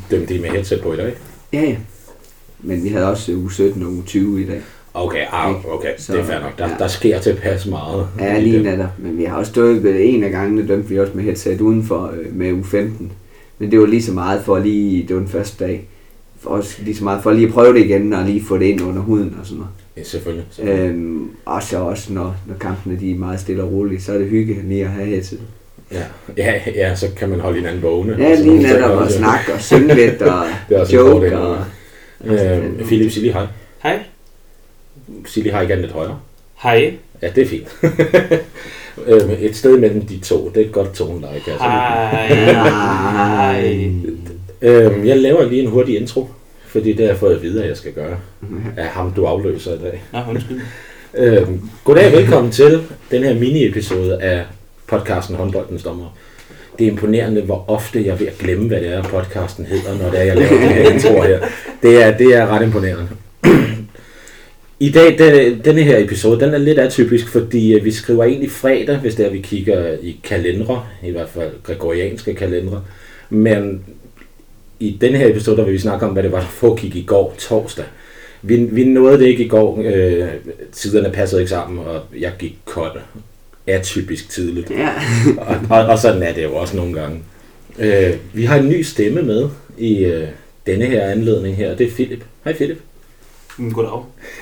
dømte I med headset på i dag? Ja. Men vi havde også uge 17 og uge 20 i dag. Okay, så, det er fair nok. Der sker tilpas meget. Ja, lige netop. Men vi har også stået en af gangene, dømte vi også med headset udenfor med uge 15. Men det var lige så meget for lige, det var den første dag. For også lige så meget for lige at prøve det igen og lige få det ind under huden og sådan noget. Ja, selvfølgelig. Og så også når kampene de er meget stille og rolige, så er det hygge lige at have headset. Ja, så kan man holde hinanden vågne. Ja, lige netop og snakke og synge lidt og joke og... Philip, sig lige hej. Hej. Sig lige hej igen lidt højere. Hej. Ja, det er fint. Et sted mellem de to, det er et godt toneleje. Hej. Jeg laver lige en hurtig intro, fordi det har jeg fået at vide, at jeg skal gøre af ham, du afløser i dag. Nå, undskyld. Goddag, velkommen til den her mini-episode af podcasten Håndboldens Dommer. Det er imponerende, hvor ofte jeg er ved at glemme, hvad det er, podcasten hedder, når det er, jeg laver den her intro her. Det er ret imponerende. I dag, denne her episode, den er lidt atypisk, fordi vi skriver egentlig fredag, hvis det er, vi kigger i kalendere, i hvert fald gregorianske kalendere. Men i denne her episode, der vil vi snakke om, hvad det var, der foregik i går torsdag. Vi nåede det ikke i går, tiderne passede ikke sammen, og jeg gik kold. Atypisk tidligt. Ja. og sådan er det jo også nogle gange. Vi har en ny stemme med i denne her anledning her, det er Philip. Hej Philip. Goddag.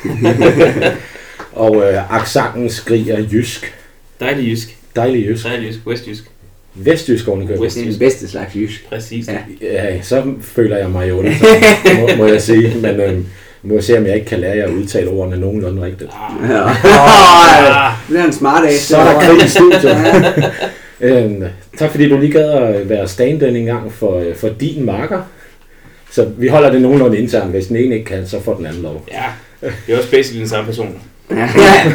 Og accenten skriger jysk. Dejlig jysk. Dejlig jysk. Vestjysk. Vestjysk ovenikøbet. Det er den bedste slags jysk. Præcis. Ja, så føler jeg mig jo det, må jeg sige. Men må jeg se, om jeg ikke kan lære jer at udtale ordene nogenlunde rigtigt. Det er en smart af. Så er der krig i studiet. Tak fordi du lige gad at være stand-in en gang for din marker. Så vi holder det nogenlunde internt. Hvis den ene ikke kan, så får den anden lov. Ja, det er også basically den samme person. Ja.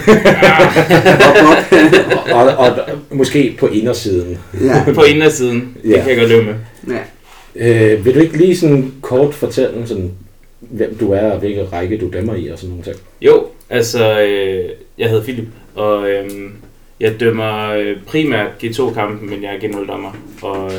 og måske på indersiden. Ja. På indersiden. Det kan jeg godt leve med. Ja. Vil du ikke lige sådan kort fortælle, sådan, hvem du er og hvilke række du dømmer i og sådan nogle ting? Jo, altså jeg hedder Philip, og jeg dømmer primært G2-kampen, men jeg er G0-dommer. Og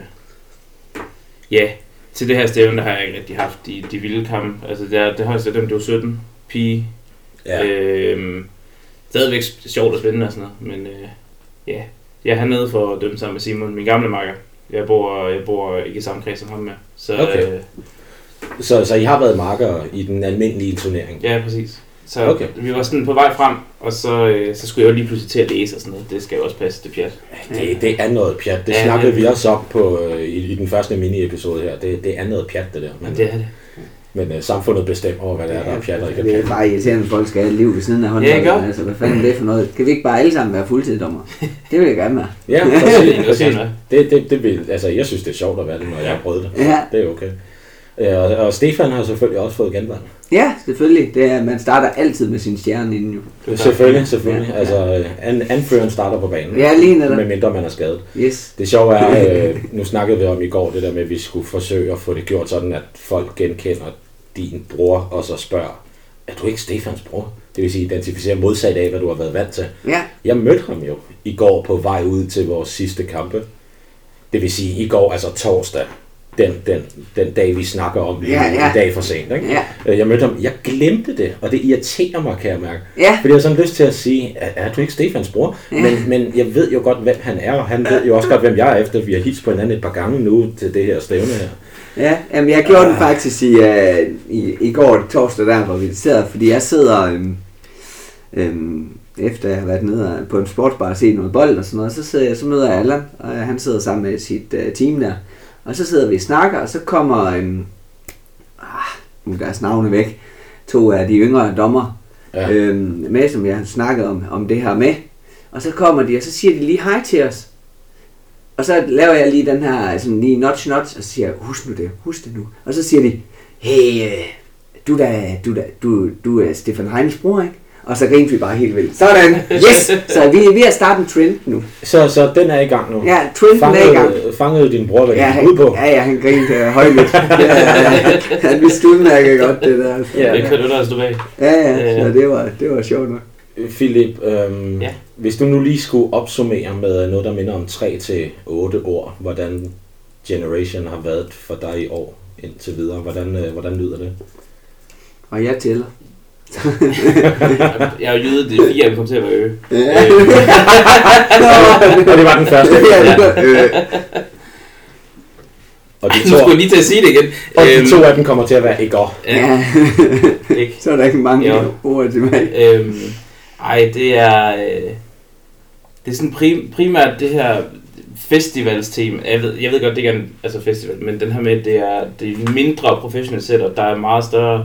ja, til det her stævne, der har jeg ikke rigtig haft de vilde kampe. Altså det højeste af dem, det var 17 pige. Ja. Stadigvæk sjovt og spændende og sådan noget, men ja, jeg er hernede for at dømme sammen med Simon, min gamle makker. Jeg bor ikke i samme kreds som ham med. Så, okay. Så I har været marker i den almindelige turnering? Ja, præcis. Så okay. Vi var sådan på vej frem, og så skulle jeg jo lige pludselig til at læse og sådan noget. Det skal jo også passe til pjat. Det er noget pjat. Det snakkede vi også op på i den første mini-episode her. Det er noget pjat, det der. Men, det er det. Men samfundet bestemmer over, hvad det er, der er pjat og ikke er pjat. Det er bare irriterende, at folk skal have et liv ved siden af håndbolden. Ja, altså, hvad fanden er det for noget? Kan vi ikke bare alle sammen være fuldtidsdommer? Det vil jeg gerne være. Ja, præcis. Det vil, altså, jeg synes, det er sjovt at være det, når jeg har prøvet det. Ja. Det er okay. Og Stefan har selvfølgelig også fået genvalg. Ja, selvfølgelig. Det er, man starter altid med sin stjerne inden jo. Selvfølgelig. Ja. Altså, anføreren starter på banen. Ja, lige netop. Medmindre man er skadet. Yes. Det sjove er, nu snakkede vi om i går, det der med, at vi skulle forsøge at få det gjort sådan, at folk genkender din bror, og så spørger, er du ikke Stefans bror? Det vil sige, identificere modsat af, hvad du har været vant til. Ja. Jeg mødte ham jo i går på vej ud til vores sidste kampe. Det vil sige, i går, altså torsdag. Den dag, vi snakker om, en dag for sent. Ikke? Ja. Jeg mødte ham, jeg glemte det, og det irriterer mig, kan jeg mærke. Ja. Fordi jeg har sådan lyst til at sige, er du ikke Stefans bror? Ja. Men jeg ved jo godt, hvem han er, og han ved jo også godt, hvem jeg er, efter vi har hilst på hinanden et par gange nu til det her stævne her. Ja, jamen jeg gjorde den faktisk i går torsdag der, hvor vi sad, fordi jeg sidder, efter jeg har været nede på en sportsbar og set noget bold og sådan noget, så møder jeg Allan, og han sidder sammen med sit team der. Og så sidder vi og snakker, og så kommer deres navne væk, 2 af de yngre dommer med, som jeg har snakket om det her med. Og så kommer de, og så siger de lige hej til os. Og så laver jeg lige den her, sådan lige notch, og så siger jeg, husk det nu. Og så siger de, hey, du er Stefan Heines bror, ikke? Og så grinte vi bare helt vildt. Sådan, yes! Så vi er ved at starte en trend nu. Så den er i gang nu? Ja, trenden er i gang. Fangede din bror, hvad det ud på? Ja, han grinte højlydt. Han vidste udmærket godt det der. Ja, det kan du da også stå bag. Ja, så det var sjovt nok. Philip, hvis du nu lige skulle opsummere med noget, der minder om 3 til 8 ord, hvordan Generation har været for dig i år, indtil videre. Hvordan lyder det? Og jeg tæller. Jeg har jo jydet det 4, jeg kom til at være øge. Og det var den første. Og de Nu skulle jeg lige til at sige det igen. Og de 2 af dem kommer til at være ikke. Ja. Ikke? Så er der ikke mange ord til mig. Det er... det er sådan primært det her festivalsteam. Jeg ved godt, det ikke er en festival, men den her med, det er mindre professionelle setup, der er meget større...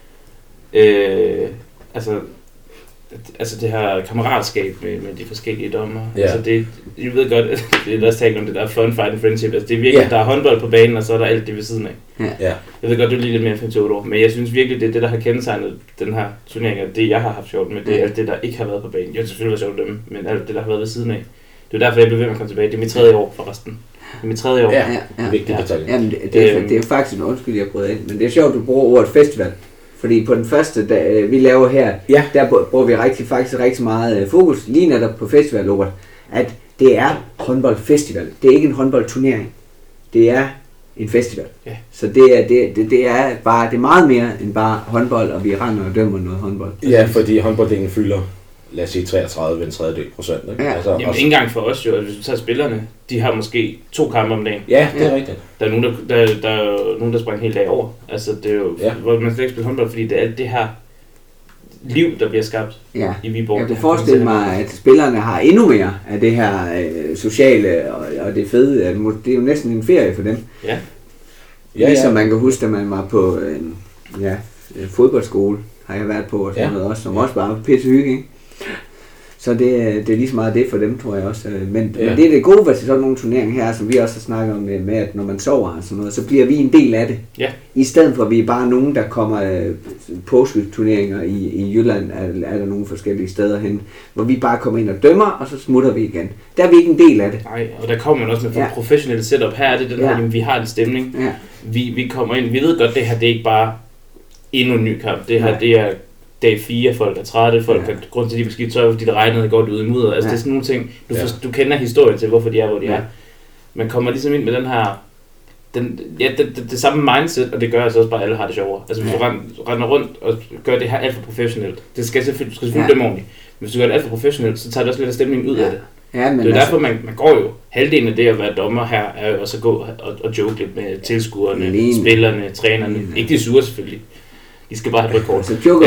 det her kammeratskab med de forskellige dommer. Yeah. Altså det, jeg ved godt, at det er også talt om det der fun, fight and friendship. Altså det er virkelig, der er håndbold på banen, og så er der alt det ved siden af. Yeah. Jeg ved godt, det er lige lidt mere end 5 år, men jeg synes virkelig, det er det, der har kendetegnet den her turnering, og det, jeg har haft sjovt med, det er alt det, der ikke har været på banen. Jeg har selvfølgelig været sjovt dem, men alt det, der har været ved siden af. Det er derfor, jeg blev ved med at komme tilbage. Det er mit 3. år forresten. Det er mit 3. år. Ja. Vigtigt detalje. Jamen, det er faktisk en undskyld, jeg brød ind, men det er sjovt, du bruger ordet festival. Fordi på den første, vi laver her, der bruger vi faktisk rigtig meget fokus, lige netop på festivalordet, at det er håndboldfestival. Det er ikke en håndboldturnering. Det er en festival. Ja. Så det er meget mere end bare håndbold, og vi render og dømmer noget håndbold. Ja, fordi håndbolddelen fylder, lad os sige 33 1/3%. Ikke? Ja. Altså, Jamen ikke engang for os jo, hvis du tager spillerne, de har måske 2 kampe om dagen. Ja, det er rigtigt. Der er nogen, der sprang en hel dag over. Altså det er jo, hvor man slet ikke spiller håndbold, fordi det er alt det her liv, der bliver skabt i Viborg. Jeg kunne forestille mig, at spillerne har endnu mere af det her sociale og det fede. Det er jo næsten en ferie for dem. Ja. Ligesom man kan huske, da man var på en fodboldskole, har jeg været på, og sådan noget også, som også bare pisse hygge, ikke? Så det er lige så meget det for dem, tror jeg også. Men det er det gode ved sådan nogle turneringer her, som vi også har snakket om med, at når man sover og sådan noget, så bliver vi en del af det. Ja. I stedet for, at vi er bare nogen, der kommer påsketurneringer i Jylland, er der nogle forskellige steder hen, hvor vi bare kommer ind og dømmer, og så smutter vi igen. Der er vi ikke en del af det. Nej, og der kommer man også med professionelle setup. Her er det den her, vi har en stemning. Ja. Vi kommer ind, vi ved godt, det her det er ikke bare endnu en ny kamp. Det her, det er dag 4, folk er trætte, folk har grund til, at de måske tøj, fordi det regnede godt ude i mudder. Altså det er sådan nogle ting, du kender historien til, hvorfor de er, hvor de er. Man kommer ligesom ind med den her, det samme mindset, og det gør altså også bare, at alle har det sjovere. Altså hvis du render rundt og gør det her alt for professionelt, det skal selvfølgelig dømme ordentligt, men hvis du gør det alt for professionelt, så tager det også lidt af stemningen ud af det. Ja, men det er derfor, man går jo. Halvdelen af det at være dommer her, er jo også at gå og joke lidt med tilskuerne, spillerne, trænerne. Ikke de sure selvfølgelig. De skal bare have et rødt kort. Så joker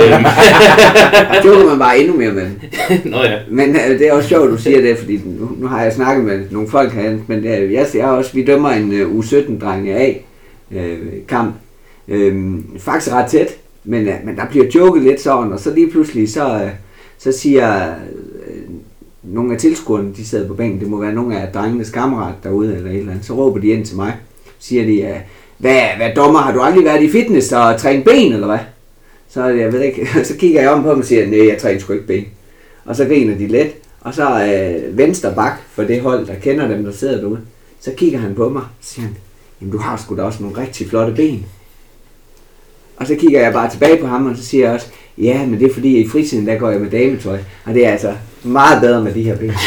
man bare endnu mere med den. Nå ja. Men det er også sjovt, du siger det, fordi nu har jeg snakket med nogle folk herinde, men vi dømmer en U17-dreng af kamp. Faktisk ret tæt, men der bliver joket lidt sådan, og så lige pludselig, så siger nogle af tilskuerne, de sidder på bænken, det må være nogle af drengenes kammerat derude eller et eller andet, så råber de ind til mig, siger de, hvad dommer, har du aldrig været i fitness og trænet ben, eller hvad? Så jeg ved ikke, så kigger jeg om på dem og siger, nej, jeg træner sgu ikke ben. Og så griner de let, og så venstre bak for det hold, der kender dem, der sidder derude, så kigger han på mig, og siger han, jamen du har sgu da også nogle rigtig flotte ben. Og så kigger jeg bare tilbage på ham, og så siger jeg også, ja, men det er fordi, i fritiden, der går jeg med dametøj, og det er altså meget bedre med de her ben.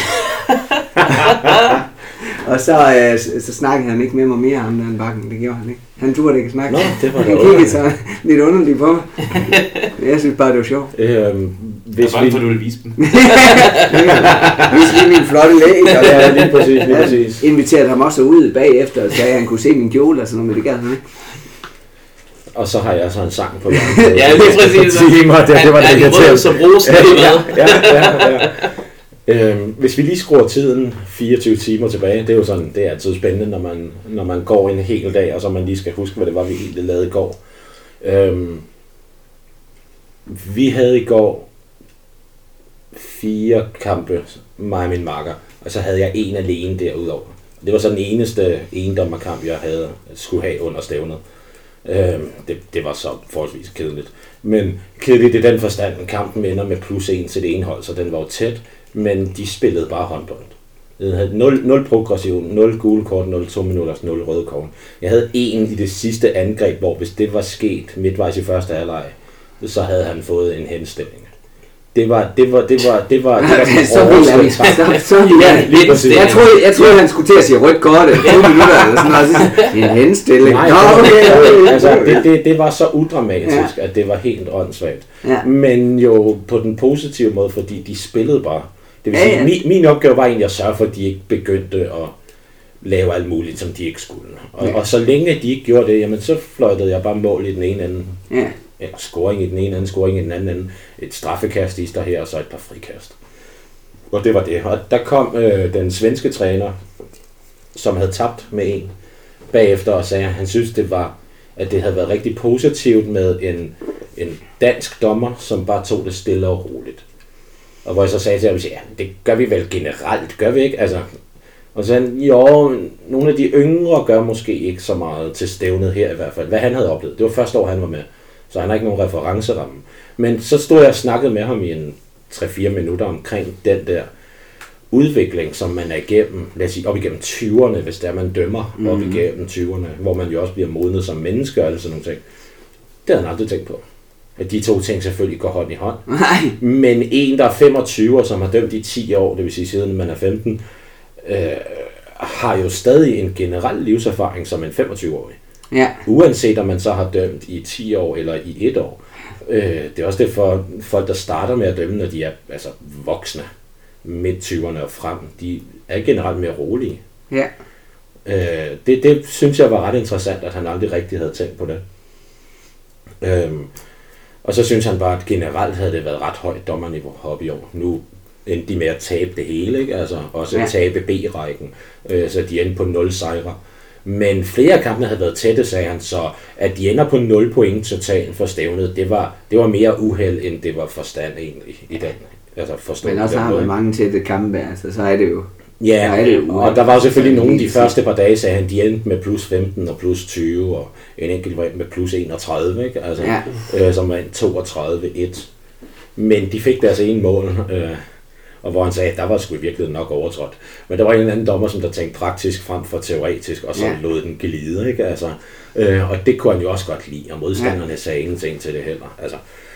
Og så snakkede han ikke med mig mere om den bakken, det gjorde han ikke. Han turde ikke snakke. Nå, det var han kiggede så lidt underligt på mig. Jeg synes bare, det var sjovt. Hvis jeg er bange for, at du vil vise dem. Vise lige min flotte læg. Ja, lige præcis. Jeg inviterede ham også ud bagefter, og sagde, at han kunne se min kjole og sådan noget, men det gad han ikke. Og så har jeg så en sang på gang. Ja, det er præcis. Det var det, jeg rød som rosen. Ja. Hvis vi lige skruer tiden 24 timer tilbage, det er jo sådan, det er altid spændende, når man går en hel dag, og så man lige skal huske, hvad det var, vi egentlig lavede i går. Vi havde i går 4 kampe, mig og min makker, og så havde jeg en alene derudover. Det var så den eneste endommerkamp, jeg skulle have under stævnet. Det var så forholdsvis kedeligt. Men kedeligt i den forstand, kampen ender med +1 til det ene hold, så den var jo tæt, men de spillede bare håndbold. Jeg havde 0 progression, 0 gule kort, 0 2 minutter, 0 røde kort. Jeg havde en i det sidste angreb, hvor hvis det var sket midtvejs i første halvleg, så havde han fået en henstilling. Det var Jeg troede, han skulle til at sige rødt kort, 2 minutter eller sådan noget. En henstilling. Det var så udramatisk, at det var helt åndssvagt. Ja. Men jo på den positive måde, fordi de spillede bare. Det vil sige, min opgave var egentlig at sørge for, at de ikke begyndte at lave alt muligt, som de ikke skulle. Og så længe de ikke gjorde det, jamen så fløjtede jeg bare mål i den ene ende. Ja. Eller scoring i den ene ende, scoring i den anden ende. Et straffekast i der her, og så et par frikast. Og det var det. Og der kom den svenske træner, som havde tabt med en bagefter, og sagde, at han synes, at det havde været rigtig positivt med en dansk dommer, som bare tog det stille og roligt. Og hvor jeg så sagde til ham, ja, det gør vi vel generelt, gør vi ikke? Altså, og så han, jo, nogle af de yngre gør måske ikke så meget til stævnet her i hvert fald. Hvad han havde oplevet. Det var første år, han var med. Så han har ikke nogen referenceramme. Men så stod jeg og snakkede med ham i en 3-4 minutter omkring den der udvikling, som man er igennem, lad os sige, op igennem 20'erne, hvis det er, man dømmer op igennem 20'erne, hvor man jo også bliver modnet som menneske og sådan nogle ting. Det havde han aldrig tænkt på. At de to ting selvfølgelig går hånd i hånd. Nej. Men en, der er 25 og som har dømt i 10 år, det vil sige siden man er 15, har jo stadig en generel livserfaring som en 25-årig. Ja. Uanset om man så har dømt i 10 år eller i 1 år. Det er også det for folk, der starter med at dømme, når de er altså voksne, midt-20'erne og frem. De er generelt mere rolige. Ja. Det synes jeg var ret interessant, at han aldrig rigtig havde tænkt på det. Og så synes han bare, at generelt havde det været ret højt dommerniveau oppe i år. Nu endte de med at tabe det hele, ikke? Altså også tabe B-rækken, så de endte på 0 sejre. Men flere af kampene havde været tætte, sagde han, så at de ender på 0 point totalt for stævnet, det var mere uheld, end det var forstand egentlig i den. Altså forstået. Men også har man mange tætte kampe, altså så er det jo. Ja, og der var jo selvfølgelig nogle de første par dage, sagde han, de endte med plus 15 og plus 20, og en enkelt var med plus 31, ikke? Altså, som var en 32-1. Men de fik deres ene mål, og hvor han sagde, at der var sgu i virkeligheden nok overtrådt. Men der var en eller anden dommer, som der tænkte praktisk frem for teoretisk, og så lod den glide, ikke? Altså, og det kunne han jo også godt lide, og modstanderne sagde ingenting til det heller. Altså,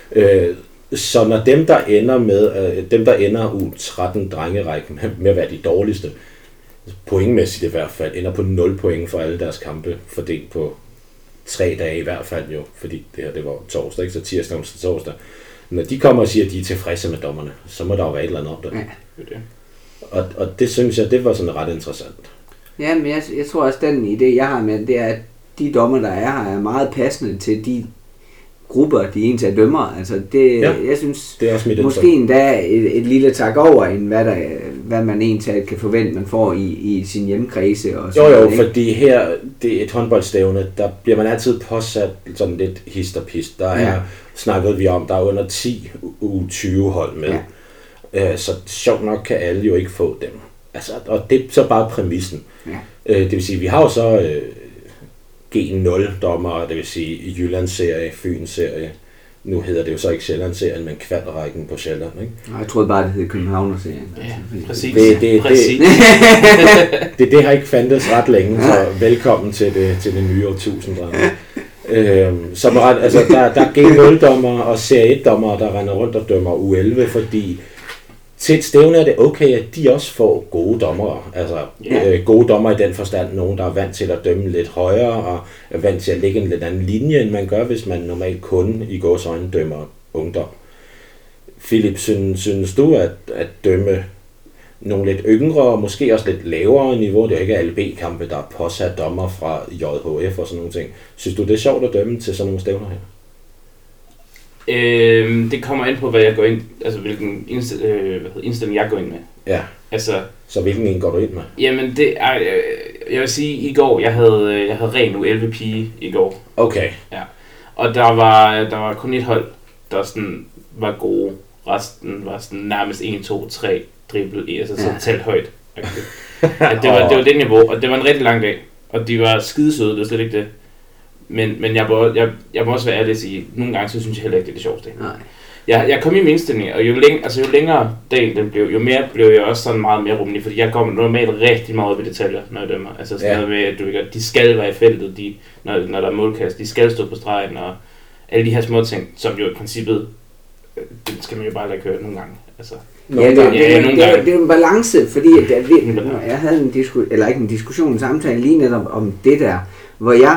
så når dem, der ender U13 drengerækken med at være de dårligste, pointmæssigt i hvert fald, ender på 0 point for alle deres kampe, fordelt på 3 dage i hvert fald jo, fordi det var torsdag, ikke? Så tirsdag, onsdag, torsdag. Når de kommer og siger, at de er tilfredse med dommerne, så må der jo være et eller andet om det. Ja. Og det synes jeg, det var sådan ret interessant. Ja, men jeg tror også, den idé, jeg har med, det er, at de dommer, der er her, er meget passende til de grupper, de egentlig dømmer. Altså det, jeg synes, det er også måske endda et lille tak over, end hvad man egentlig kan forvente, man får i sin hjemkredse. Og jo, fordi her, det er et håndboldstævne, der bliver man altid påsat sådan lidt hist og pist. Der er, snakkede vi om, der er under 10 U20 hold med. Ja. Så sjovt nok kan alle jo ikke få dem. Altså, og det er så bare præmissen. Ja. Det vil sige, vi har jo så G0-dommer, det vil sige Jyllandsserie, Fyn-serie. Nu hedder det jo så ikke Sjællandsserien, men kvalrækken på Sjælland, ikke? Nej, jeg troede bare, det hed Københavner-serien. Ja, præcis. Det har ikke fandtes ret længe, så velkommen til det nye årtusind, som altså, der er G0-dommer og Serie 1-dommer, der render rundt og dømmer U11, fordi til et stævne er det okay, at de også får gode dommere. Altså gode dommer i den forstand, nogen der er vant til at dømme lidt højere og er vant til at lægge en lidt anden linje, end man gør, hvis man normalt kun i gåseøjne dømmer ungdom. Philip, synes du at dømme nogle lidt yngre og måske også lidt lavere niveau, det er ikke alle B-kampe, der er påsat dommer fra JHF og sådan nogle ting. Synes du, det er sjovt at dømme til sådan nogle stævner her? Det kommer an på, hvad jeg går ind, altså hvilken indstilling jeg går ind med. Ja. Altså, så hvilken en går du ind med? Jamen det er, jeg vil sige, i går jeg havde ren U11 pige i går. Okay. Ja. Og der var kun et hold, der sådan var gode. Resten var sådan nærmest 1, 2, 3 driblet, altså sådan talt højt. Okay. Det var det niveau, og det var en rigtig lang dag, og de var skidesøde, det er slet ikke det. Men jeg må også være ærlig at sige, nogle gange så synes jeg heller ikke, det er det sjoveste. Nej. Jeg kom i min indstilling, og jo længere dagen den blev, jo mere blev jeg også sådan meget mere rummelig, fordi jeg kommer normalt rigtig meget op i detaljer, når jeg dømmer. Altså sådan noget med, at de skal være i feltet, når der er målkast, de skal stå på stregen, og alle de her små ting, som jo i princippet det skal man jo bare lade køre nogle gange. Altså, det er en balance, fordi jeg havde en diskussion, en samtale lige netop om det der, hvor jeg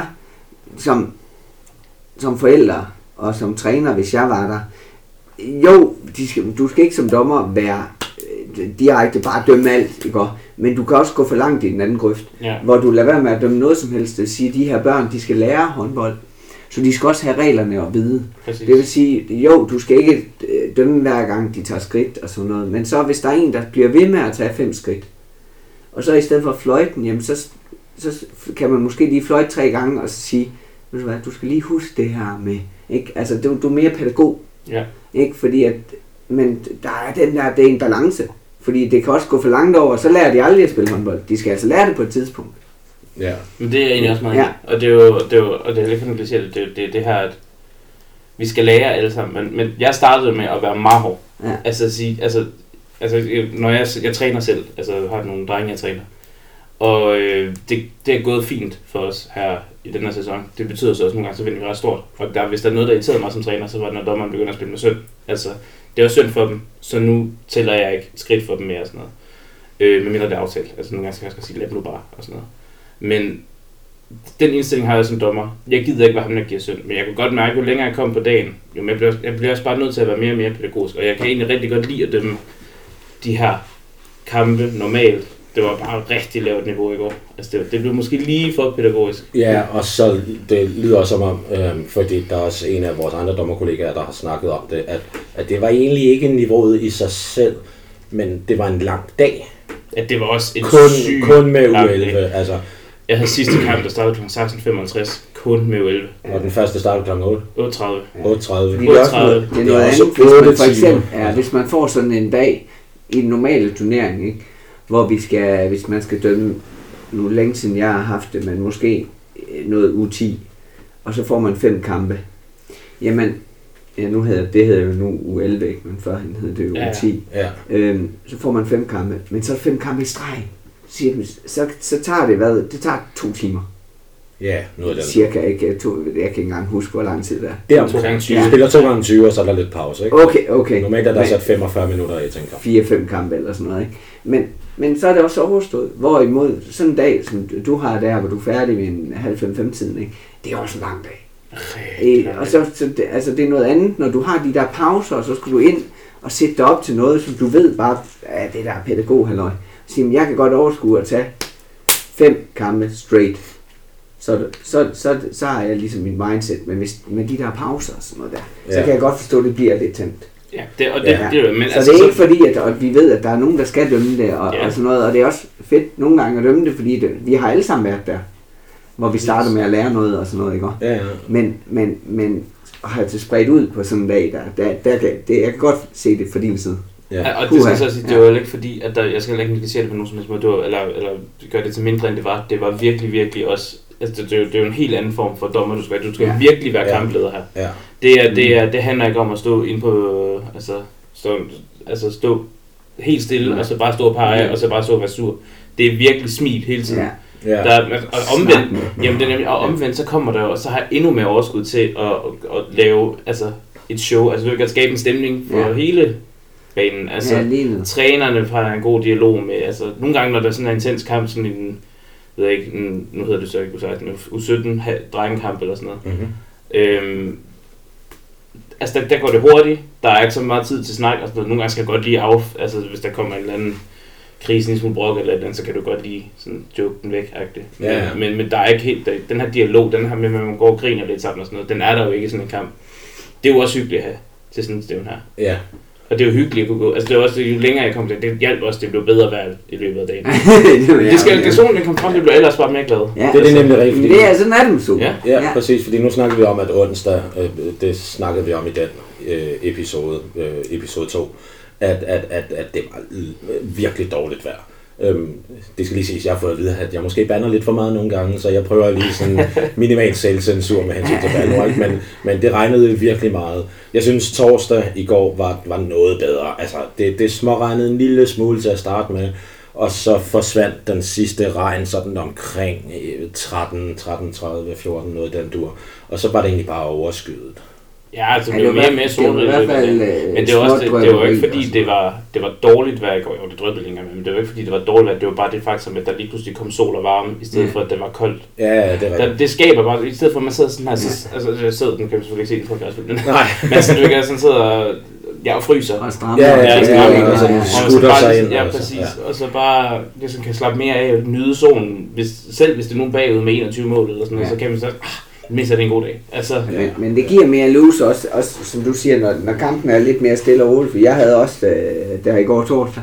som forælder og som træner, hvis jeg var der, jo, du skal ikke som dommer være direkte bare dømme alt, ikke? Men du kan også gå for langt i den anden grøft, hvor du lader være med at dømme noget som helst. Det vil sige, at de her børn, de skal lære håndbold, så de skal også have reglerne og vide. Præcis. Det vil sige, jo, du skal ikke dømme hver gang, de tager skridt og sådan noget, men så hvis der er en, der bliver ved med at tage 5 skridt, og så i stedet for fløjten, jamen så kan man måske lige fløjte 3 gange og så sige, ved du hvad, du skal lige huske det her med, ikke? Altså du er mere pædagog, ikke? Fordi men der er det er en balance, fordi det kan også gå for langt over, og så lærer de aldrig at spille håndbold. De skal altså lære det på et tidspunkt. Ja. Men det er egentlig også meget og det er jo og det er lidt for negligeret, det her, at vi skal lære alle sammen, men jeg startede med at være meget hård. Altså at sige, når jeg træner selv, altså jeg har nogle drenge, jeg træner, og det er gået fint for os her i den her sæson. Det betyder så også nogle gange, så vinder vi ret stort. Og hvis der er noget, der irriterede mig som træner, så var det, når dommeren begynder at spille med synd. Altså, det var synd for dem, så nu tæller jeg ikke skridt for dem mere og sådan noget. Medmindre det er aftalt. Altså nogle gange skal jeg sige, lad nu bare og sådan noget. Men den indstilling har jeg som dommer. Jeg gider ikke være ham, der giver synd. Men jeg kunne godt mærke, jo længere jeg kom på dagen, jo mere jeg bliver også bare nødt til at være mere og mere pædagogisk. Og jeg kan egentlig rigtig godt lide at dømme de her kampe normalt. Det var bare rigtig lavt niveau i går. Altså det blev måske lige for pædagogisk. Ja, og så det lyder også som om, fordi der er også en af vores andre dommerkollegaer, der har snakket om det, at det var egentlig ikke niveauet i sig selv, men det var en lang dag. Ja, det var også en kun med U11. Altså. Jeg havde sidste kamp, der startede kl. 16.55, kun med U11. Og den første startede kl. 8? 8.30. 8.30. Det er noget andet, for eksempel, hvis man får sådan en dag i en normale turnering, ikke? Hvor hvis man skal dømme, nu længe siden jeg har haft det, men måske noget U10, og så får man 5 kampe. Jamen, nu hedder det jo nu U11, ikke? Men førhen hed det jo U10. Ja. Så får man 5 kampe, men så 5 kampe i streg. Så tager det, det tager 2 timer. Ja, noget af det. Cirka, ikke? Jeg kan ikke engang huske, hvor lang tid det er. Det er omkring 20. Vi spiller 2 gange 20, og så er der lidt pause, ikke? Okay. Normalt er der sat 45 minutter, jeg tænker. 4-5 kampe eller sådan noget, ikke? Men så er det også overstået. Hvorimod sådan en dag, som du har der, hvor du er færdig ved en 4:30-tiden, ikke? Det er også en lang dag. Og så det er noget andet, når du har de der pauser, og så skal du ind og sætte dig op til noget, som du ved bare, det der pædagog-halløj. Så jeg kan godt overskue at tage 5 kampe straight. Så har jeg ligesom mit mindset, men med de der pauser og sådan noget der, så kan jeg godt forstå, at det bliver lidt tændt. Ja, det er men så altså, det er ikke fordi, at vi ved, at der er nogen, der skal dømme det og sådan noget, og det er også fedt nogle gange at dømme det, fordi vi har alle sammen været der, hvor vi starter med at lære noget og sådan noget, ikke? Ja. Men at have det spredt ud på sådan en dag, jeg kan godt se det for din side. Ja. Og det skal så sige, det var jo ikke fordi, at jeg skal ikke negligere det på nogen som helst måde, eller gøre det til mindre end det var. Det var virkelig, virkelig også, altså det er jo en helt anden form for dommer, du skal virkelig være kampleder her. Ja. Det handler ikke om at stå ind på, stå helt stille, og så bare stå og pege, og så bare stå og være sur. Det er virkelig smil hele tiden. Ja. Og omvendt, så kommer der jo, og så har jeg endnu mere overskud til at lave et show, altså du kan skabe en stemning for hele banen. Trænerne har en god dialog med, nogle gange når der er sådan en intens kamp, sådan en, ved jeg ikke, nu hedder det så ikke U17 drengekamp eller sådan noget. Mm-hmm. Der går det hurtigt, der er ikke så meget tid til snak, og sådan noget. Nogle gange skal jeg godt lige hvis der kommer en eller anden krisen i smule brok eller andet, så kan du godt lige sådan joke den væk. Men der er ikke helt, den her dialog, den her med, at man går og griner lidt sammen og sådan noget, den er der jo ikke i sådan en kamp. Det er jo også hyggeligt at have til sådan en stævne her. Ja. Og det er jo hyggeligt at kunne gå. Det er også, jo længere jeg kom til, det hjalp også, det blev bedre vejr i løbet af dagen. Det solen kom frem, det blev ellers bare mere glad. Ja, det er nemlig rigtigt. Det er sådan er det så. Ja, præcis, fordi nu snakker vi om, at onsdag, det snakkede vi om i den episode 2, at det var virkelig dårligt vejr. Det skal lige siges, jeg har fået at vide, at jeg måske bander lidt for meget nogle gange, så jeg prøver lige sådan minimal selvcensur med hensyn til bander, men det regnede virkelig meget. Jeg synes torsdag i går var noget bedre. Det småregnede en lille smule til at starte med, og så forsvandt den sidste regn sådan omkring 13:30, 14, noget den dur. Og så var det egentlig bare overskyet. Ja, altså det var mere solrigt. Men det var også det var ikke fordi det var dårligt vejr i går. Jo, det drøbte ikke engang, men det var ikke fordi det var dårligt vejr. Det var bare det faktum, at der lige pludselig kom sol og varme, i stedet for at det var koldt. Ja, det var det skaber bare, i stedet for at man sidder sådan her, altså jeg sidder, den kan man selvfølgelig ikke se det podcast, men sådan, du kan sådan sidder og fryser. Og strammer. Og skutter sig ind. Ja, præcis. Og så bare ligesom kan slappe mere af og nyde solen, selv hvis det er nogen bagud med 21 mål eller sådan noget, så kan man så mindst er det en god dag. Altså, men det giver mere loose også som du siger, når kampen er lidt mere stille og roligt. For jeg havde også, der i går torsdag,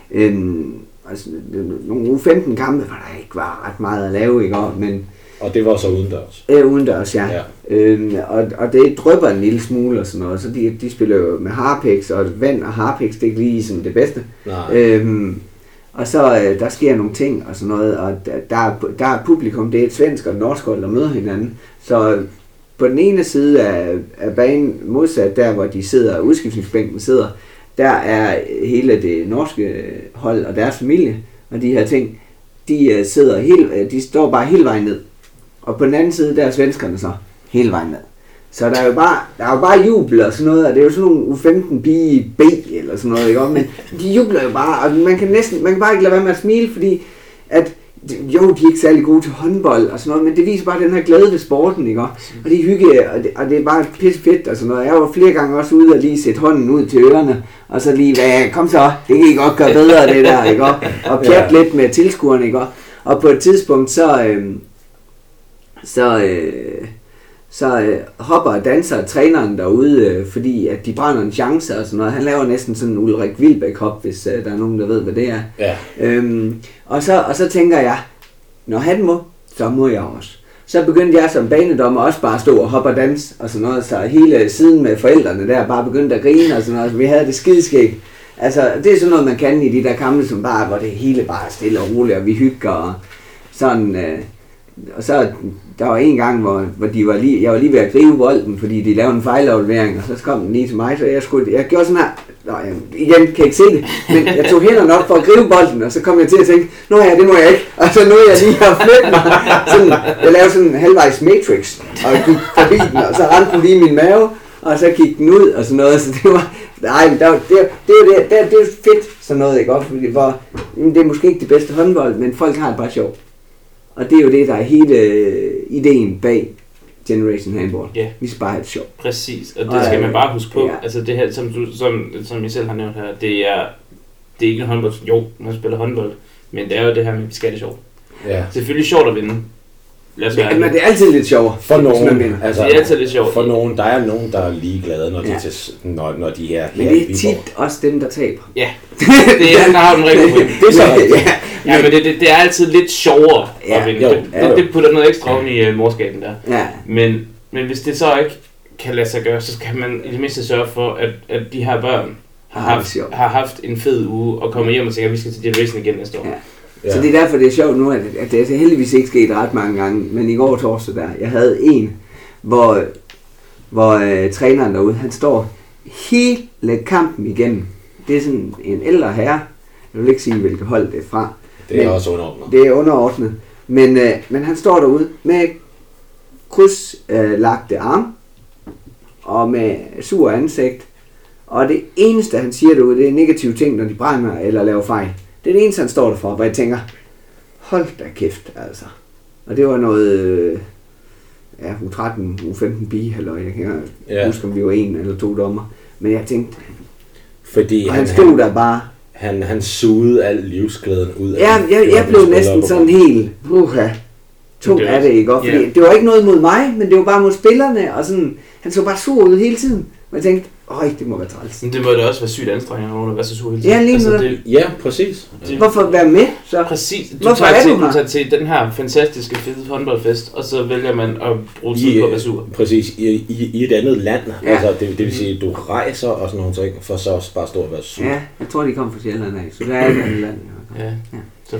nogle uge 15 kampe, hvor der ikke var ret meget at lave i går. Men, og det var så udendørs? Udendørs, ja. Og det drypper en lille smule og sådan noget. Så de spiller jo med harpiks, og vand og harpiks, det er ikke lige sådan det bedste. Og så der sker nogle ting og sådan noget, og der er publikum, det er et svensk og et norsk hold, der møder hinanden. Så på den ene side af banen, modsat der, hvor de sidder, udskiftningsbænken sidder, der er hele det norske hold og deres familie, og de her ting, de står bare hele vejen ned. Og på den anden side, der er svenskerne så hele vejen ned. Så der er jo bare jubel og sådan noget, og det er jo sådan nogle U15 pige B eller sådan noget, ikke? Men de jubler jo bare, og man kan bare ikke lade være med at smile, fordi at jo, de er ikke særlig gode til håndbold og sådan noget, men det viser bare den her glæde ved sporten, ikke? Og det er hygge, og det er bare pisse fedt og sådan noget. Jeg var flere gange også ude og lige sætte hånden ud til ørerne, og så lige, kom så, det kan I godt gøre bedre det der, ikke? Og pjat lidt med tilskuerne, ikke? Og på et tidspunkt, så hopper og danser træneren derude, fordi at de brænder en chance og sådan noget. Han laver næsten sådan en Ulrik Wilbæk hop, hvis der er nogen, der ved, hvad det er. Ja. Og så tænker jeg, når han må, så må jeg også. Så begyndte jeg som banedommer også bare at stå og hoppe og danse og sådan noget. Så hele siden med forældrene der bare begyndte at grine og sådan noget. Så vi havde det skideskægt. Altså, det er sådan noget, man kan i de der kampe, som bare, hvor det hele bare er stille og roligt, og vi hygger og sådan. Og så der var en gang, hvor jeg var lige ved at gribe bolden, fordi de lavede en fejlaflevering, og så kom den lige til mig, så jeg gjorde sådan her. Igen kan jeg ikke se det, men jeg tog hænderne op for at gribe bolden, og så kom jeg til at tænke, nå ja, det må jeg ikke, og så nåede jeg lige at flytte mig. Sådan, jeg lavede sådan en halvvejs Matrix, og gik forbi den, og så rendte den lige i min mave, og så gik den ud, og sådan noget, så det var, det er jo fedt, sådan noget, ikke? Fordi det er måske ikke det bedste håndbold, men folk har det bare sjovt. Og det er jo det, der er hele ideen bag Generation Handball. Yeah. Vi skal bare have det sjovt. Præcis, og det skal man bare huske på. Ja. Altså det her, som I selv har nævnt her, det er ikke en håndbold. Jo, man spiller håndbold, men det er jo det her med, at vi skal have det sjovt. Ja. Selvfølgelig sjovt at vinde. Men det er altid lidt sjovt. For nogen, altså, det er altid lidt sjovt. For nogen, der er nogen, der er ligeglade, når de når de er her. Men det er tit også dem, der taber. Ja, det er der har en rigtig point. Det er så ja, men det er altid lidt sjovere at vinde. Det putter noget ekstra oven i morskaben der. Ja. Men hvis det så ikke kan lade sig gøre, så skal man i det mindste sørge for, at de her børn har haft en fed uge og kommer hjem og tænker, at vi skal til Generation igen næste år. Ja. Ja. Så det er derfor, det er sjovt nu, at det er heldigvis ikke sket ret mange gange, men i går torsdag der, jeg havde en, hvor træneren derude, han står hele kampen igennem. Det er sådan en ældre herre, jeg vil ikke sige, hvilket hold det er fra. Det er også underordnet. Det er underordnet, men han står derude med krydslagte arm og med sur ansigt, og det eneste, han siger derude, det er negative ting, når de brænder eller laver fejl. Det er det eneste, han står der for, hvor jeg tænker, hold da kæft, altså. Og det var noget, U13, U15 bi, eller jeg kan ikke huske, om vi var en eller to dommer. Men jeg tænkte, fordi han stod der bare. Han sugede al livsglæden ud af jeg blev næsten sådan helt, tung af det, ikke? Fordi det var ikke noget mod mig, men det var bare mod spillerne, og sådan, han så bare sur ud hele tiden. Og jeg tænkte, det må være træls. Men det må da også være sygt anstrengende at være så sur hele tiden. Ja, lige altså, ja, præcis. Hvorfor være med så? Præcis. Du tager til den her fantastiske fede håndboldfest, og så vælger man at bruge tid på at være sur. Præcis. I et andet land. Ja. Altså, det vil sige, at du rejser og sådan nogle ting, for så bare stå og være sur. Ja, jeg tror, de kommer fra Sjælland af, så der er et andet land. Ja. De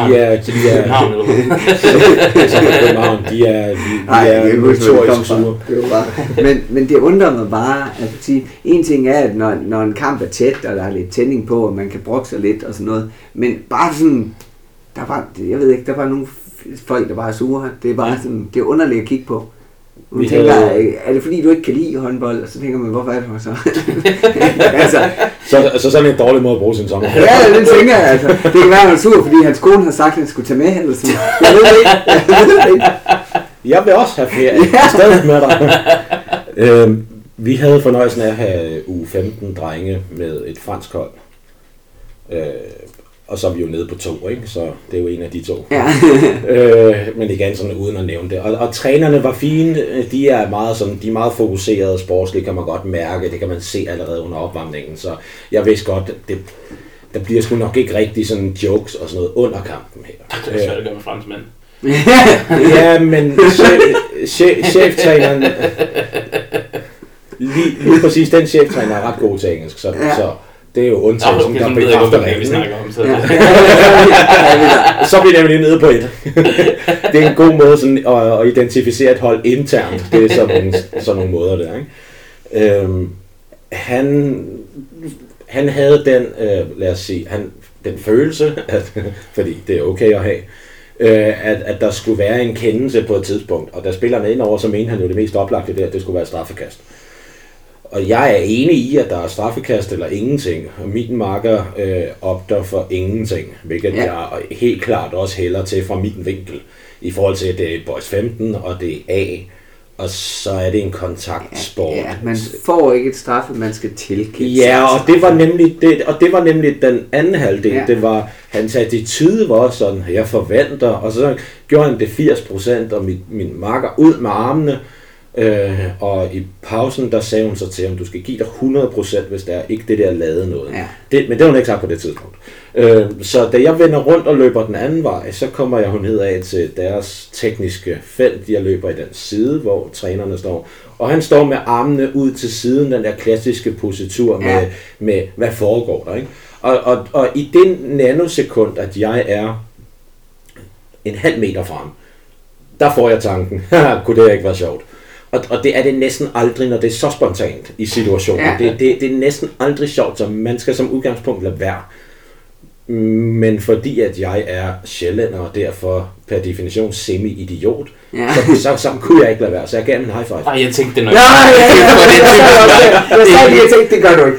er notorisk sure. Men det undrer mig bare, at en ting er, at når en kamp er tæt, og der er lidt tænding på, og man kan brokke sig lidt og sådan noget, men bare sådan, jeg ved ikke, der er bare nogle folk, der bare er sure. Det er bare sådan, det er underligt at kigge på. Man tænker, er det fordi du ikke kan lide håndbold? Og så tænker man, hvorfor er det så? så sådan en dårlig måde at bruge sin sommer. Ja, det tænker jeg altså. Det kan være, at han er sur, fordi hans kone har sagt, at han skulle tage med. Eller sådan. Jeg ved det ikke. Jeg vil også have ferie. Stadig med dig. Vi havde fornøjelsen af at have uge 15 drenge med et fransk hold. Og så er vi jo nede på 2, ikke? Så det er jo en af de 2. Ja. Men igen sådan uden at nævne det. Og trænerne var fine. De er meget fokuserede sportsligt, kan man godt mærke. Det kan man se allerede under opvarmningen. Så jeg vidste godt, der bliver sgu nok ikke rigtig sådan jokes og sådan noget under kampen her. Det er svært at gøre med franskmænd. Ja, men cheftræneren... Lige præcis den cheftræner er ret god til engelsk, så det er jo undtagelsen, der bekræfter reglen. Så bliver det nemlig nede på et. Det er en god måde sådan at identificere et hold internt. Det er sådan nogle måder der, ikke? Han havde den, lad os sige, den følelse, fordi det er okay at have, at der skulle være en kendelse på et tidspunkt, og da spillerne indover, så mente han jo det mest oplagte der, at det skulle være et straffekast. Og jeg er enig i, at der er straffekast eller ingenting, og min makker opter for ingenting, hvilket jeg helt klart også hælder til fra min vinkel, i forhold til, at det er boys 15, og det er A, og så er det en kontaktsport. Ja, man får ikke et straffe, man skal tilkende. Ja, og det var nemlig den anden halvdel. Ja. Det var, hans attitude var sådan, jeg forventer, og så gjorde han det 80%, og min makker ud med armene, og i pausen, der sagde hun så til ham, du skal give dig 100%, hvis der er ikke det der lavede noget. Ja. Men det var hun ikke sagt på det tidspunkt. Så da jeg vender rundt og løber den anden vej, så kommer jeg nedad til deres tekniske felt. Jeg løber i den side, hvor trænerne står. Og han står med armene ud til siden, den der klassiske positur med hvad foregår der, ikke? Og i den nanosekund, at jeg er en halv meter frem, der får jeg tanken, kunne det ikke være sjovt? Og det er det næsten aldrig, når det er så spontant i situationen. Ja. Det er næsten aldrig sjovt, så man skal som udgangspunkt lade være. Men fordi at jeg er sjællænder og derfor per definition semi-idiot, så kunne jeg ikke lade være, så jeg gav en high five. Ej, jeg tænkte det nok. Jeg tænkte, det gør du ikke.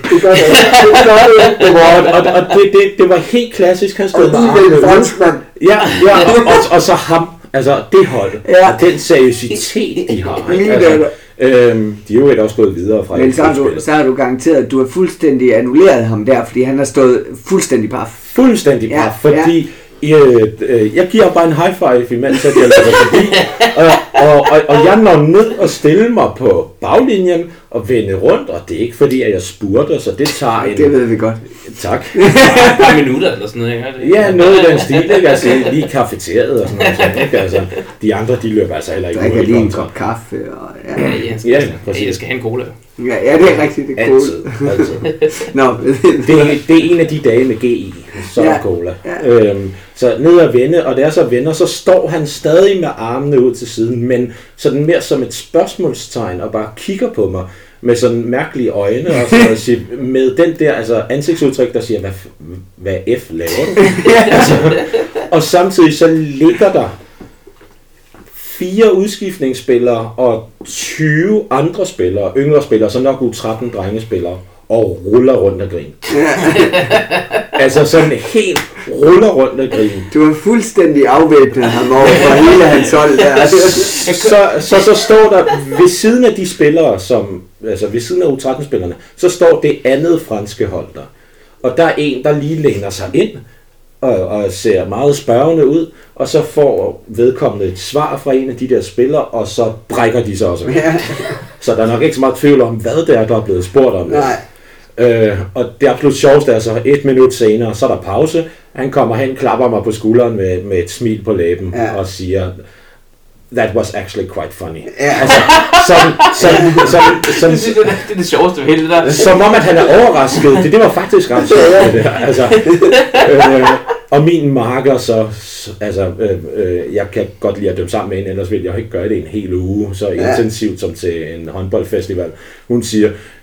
Det var helt klassisk, han stod med armene. Ja, og så ham. Altså det hold, og den seriøsitet, de har. Altså, de er jo også gået videre fra. Men så har du garanteret, at du har fuldstændig annulleret ham der, fordi han har stået fuldstændig paf. Fuldstændig paf, fordi jeg giver bare en high five, imens jeg løber forbi, og jeg når ned og stille mig på baglinjen og vende rundt, og det er ikke fordi, at jeg spurter, så det tager en... Det ved vi godt. Tak. Et par minutter eller sådan noget, ikke? Ja, noget i den stil, ikke? Altså lige kafeteriet og sådan noget, ikke? Altså, de andre, de løber altså heller ikke. Der kan lige en kop kaffe, og jeg skal have en cola. Ja, det er rigtigt, det er cola. Altid. Nå. Det er en af de dage med GI, så er cola. Ja. Så ned og vende, og da jeg så vender, så står han stadig med armene ud til siden, men sådan mere som et spørgsmålstegn, og bare kigger på mig med sådan mærkelige øjne, og så med den der ansigtsudtryk, der siger, hvad F laver du? Og samtidig så ligger der 4 udskiftningsspillere og 20 andre spillere, yngre spillere, så nok U13 drengespillere, og ruller rundt af grin. Altså sådan helt ruller rundt af grin. Du har fuldstændig afvæbnet ham over for hele hans hold der. Så står der ved siden af de spillere, ved siden af U13-spillerne, så står det andet franske hold der. Og der er en, der lige læner sig ind, og ser meget spørgende ud, og så får vedkommende et svar fra en af de der spillere, og så brækker de sig også. Ja. Så der er nok ikke så meget tvivl om, hvad det er, der er blevet spurgt om. Nej. Og det absolut sjoveste er så 1 minut senere, så er der pause. Han kommer hen, klapper mig på skulderen med et smil på læben, og siger, that was actually quite funny. Ja. Altså, sådan, det er det sjoveste ved hele det der. Som om, at han er overrasket. Det var faktisk ret sjovt, det der. Altså, og min marker så, jeg kan godt lide at dømme sammen med hende, ellers vil jeg ikke gøre det en hel uge, så intensivt som til en håndboldfestival. Hun siger,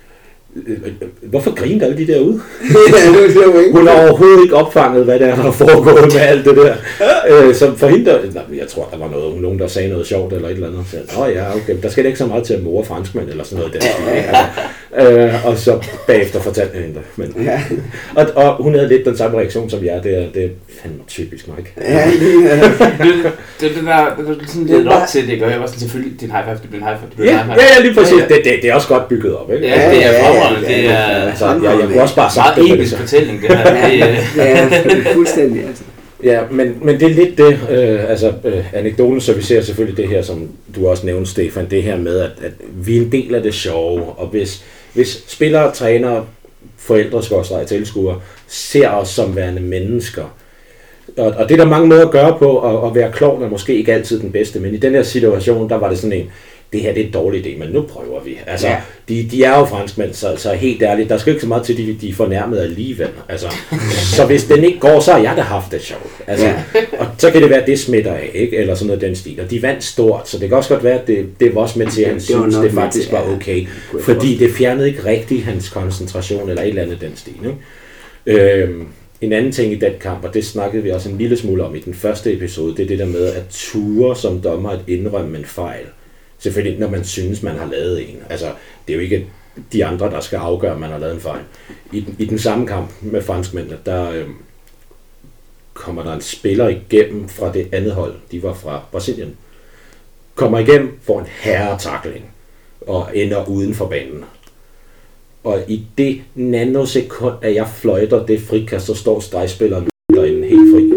Hvorfor griner alle de derude? Hun har overhovedet ikke opfanget, hvad der har foregået med alt det der. Som for hende, jeg tror, der var nogen, der sagde noget sjovt eller et eller andet. Så ja, okay, der skal det ikke så meget til at more franskmænd eller sådan noget. Og så bagefter fortalte jeg hende det. Men, og hun havde lidt den samme reaktion som jeg. Det er fandme typisk Mike. Det der sådan lidt op til det, gør jeg var sådan selvfølgelig, din high five, det bliver en high five. Ja, lige præcis. Det er også godt bygget op, ikke? Ja, det er fremragende. Det er altså, jeg kunne også bare sagt det. Meget episk fortælling, det her. Det er fuldstændig, altså. Ja, men det er lidt det, anekdoten servicerer selvfølgelig det her, som du også nævnte, Stefan, det her med, at vi er en del af det sjove, og hvis spillere, trænere, forældre, skorstræk, tilskuere, ser os som værende mennesker, og det er der mange måder at gøre på, at være klovn er måske ikke altid den bedste, men i den her situation, der var det sådan en, det her det er en dårlig idé, men nu prøver vi. Altså, de er jo franskmænd, så helt ærligt, der skal ikke så meget til, de er fornærmet alligevel. Altså, så hvis den ikke går, så har jeg da haft det sjovt. Altså, og så kan det være, at det smitter af, ikke? Eller sådan noget den stil. Og de vandt stort, så det kan også godt være, at det var også med til, at han synes, det faktisk var okay. Fordi det fjernede ikke rigtig hans koncentration, eller et eller andet den stil, ikke? En anden ting i den kamp, og det snakkede vi også en lille smule om i den første episode, det er det der med at ture som dommer at indrømme en fejl. Selvfølgelig når man synes, man har lavet en. Altså, det er jo ikke de andre, der skal afgøre, om man har lavet en fejl. I den samme kamp med franskmændene, der kommer der en spiller igennem fra det andet hold. De var fra Brasilien. Kommer igennem, får en herretakling og ender uden for banen. Og i det nanosekund, at jeg fløjter det frikast, så står stregspilleren derinde helt fri.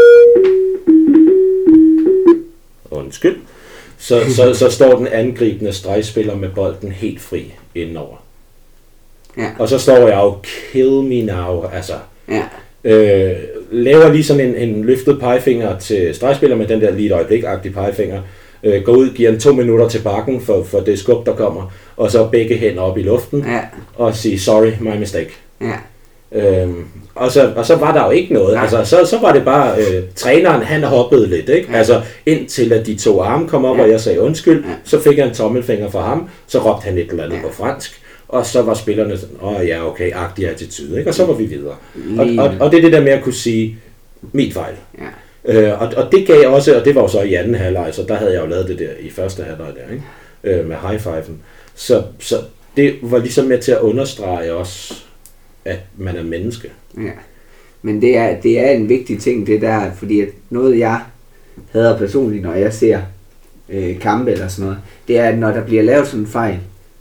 Undskyld. Så står den angribende stregspiller med bolden helt fri indenover. Ja. Og så står jeg jo, kill me now, altså. Ja. Laver lige sådan en løftet pegefinger til stregspiller med den der lige et øjeblik-agtige pegefinger. Går ud, giver en 2 minutter til bakken for det skub, der kommer. Og så begge hænder op i luften. Ja. Og sige, sorry, my mistake. Ja. Og så var der jo ikke noget. Altså, så var det bare, træneren han hoppede lidt, ikke? Ja. Altså indtil at de 2 arme kom op, og jeg sagde undskyld, så fik jeg en tommelfinger fra ham, så råbte han et eller andet på fransk, og så var spillerne sådan, ja okay, agtig attitude, ikke? Og så var vi videre. Og det er det der med at kunne sige, mit fejl. Ja. Og det gav også, og det var jo så i anden halvleg, så der havde jeg jo lavet det der i første halvleg der, ikke? Med high-fiven. Så det var ligesom med til at understrege også, at man er menneske. Ja, men det er en vigtig ting, det der, fordi at noget jeg hader personligt, når jeg ser kampe eller sådan noget, det er, at når der bliver lavet sådan en fejl,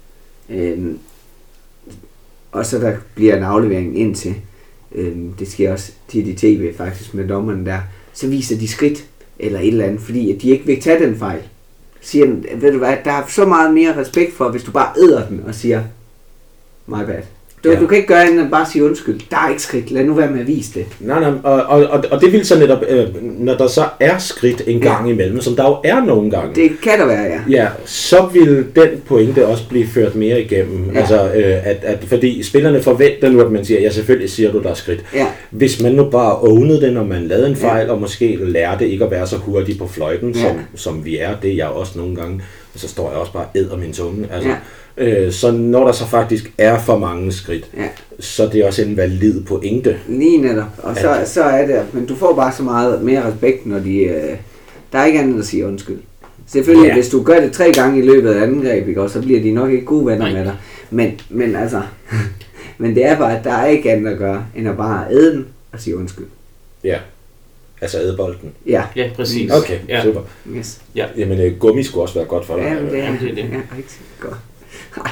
og så der bliver en aflevering ind til, det sker også tit i tv faktisk med dommerne der, så viser de skridt eller et eller andet, fordi at de ikke vil tage den fejl. Siger, ved du hvad, der er så meget mere respekt for, hvis du bare æder den og siger, my bad. Du kan ikke gøre andet end bare sige undskyld. Der er ikke skridt. Lad nu være med at vise det. Nej, og det vil så netop, når der så er skridt en gang imellem, som der jo er nogle gange. Det kan der være, ja. Ja, så vil den pointe også blive ført mere igennem. Ja. Altså, fordi spillerne forventer nu, at man siger, ja selvfølgelig siger du, der er skridt. Ja. Hvis man nu bare ownede det, når man lavede en fejl, og måske lærte ikke at være så hurtig på fløjten, som vi er, det er jeg også nogle gange, så står jeg også bare æder min tunge. Altså, så når der så faktisk er for mange skridt, så det er også en valid pointe. Lige netop. Og så er det, men du får bare så meget mere respekt, når der er ikke andet at sige undskyld. Selvfølgelig, hvis du gør det 3 gange i løbet af angreb, ikke, så bliver de nok ikke gode venner med dig. Men altså, men det er bare, at der er ikke andet at gøre, end at bare æde den og sige undskyld. Ja. Altså æde bolden. Ja, præcis. Okay, super. Yes. Ja. Jamen, gummi skulle også være godt for dig. Ja, det er det. Ja, rigtig godt. Nej.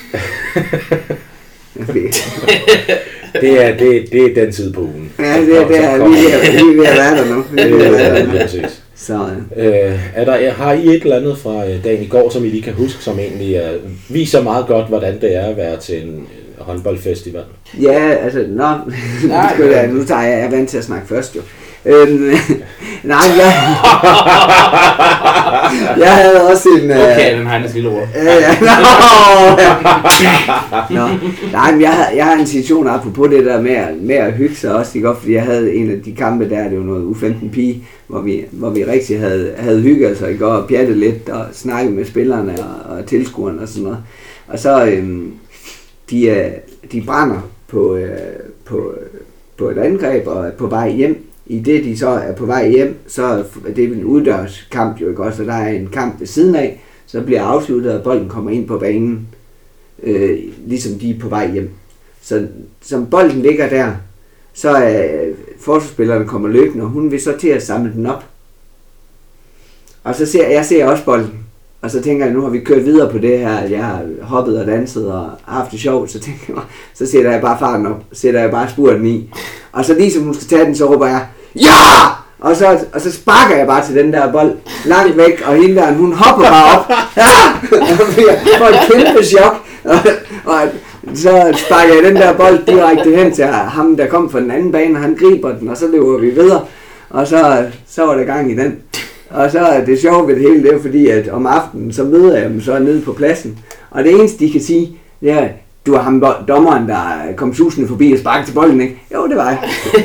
det er den tid på ugen. Ja, det er vi ved at være der nu. Det er præcis. Så, har I et eller andet fra dagen i går, som I lige kan huske, som egentlig viser meget godt, hvordan det er at være til en håndboldfestival? Ja, altså, nu tager jeg er vant til at snakke først jo. Nej, jeg havde også en... Okay, den har en lille ord. Nej, men jeg har en situation apropos det der med at hygge sig også, ikke? Fordi jeg havde en af de kampe der, det var noget U15-pige, hvor vi rigtig havde hygget os, ikke? Og pjattet lidt og snakket med spillerne og tilskuerne og sådan noget. Og så de brænder på et angreb og er på vej hjem. I det de så er på vej hjem, så er det en uddørskamp jo ikke også, og der er en kamp ved siden af, så bliver afsluttet, og bolden kommer ind på banen, ligesom de er på vej hjem. Så som bolden ligger der, så er forsvarsspillerne kommer løbende, og hun vil så til at samle den op. Og så ser jeg også bolden, og så tænker jeg, nu har vi kørt videre på det her, jeg har hoppet og danset og haft det sjovt, så tænker jeg, så sætter jeg bare farten op, sætter jeg bare spurten i. Og så lige som hun skal tage den, så råber jeg, ja! Og så sparker jeg bare til den der bold langt væk, og hende der, hun hopper bare op. Og får et kæmpe chok. Og så sparker jeg den der bold direkte hen til ham, der kom fra den anden bane, og han griber den, og så løber vi videre. Og så var der gang i den. Og så er det sjovt ved det hele, det er fordi, at om aftenen, så møder jeg dem så nede på pladsen. Og det eneste, de kan sige, det er, du var ham dommeren, der kom susende forbi og sparkede til bolden, ikke? Jo, det var jeg.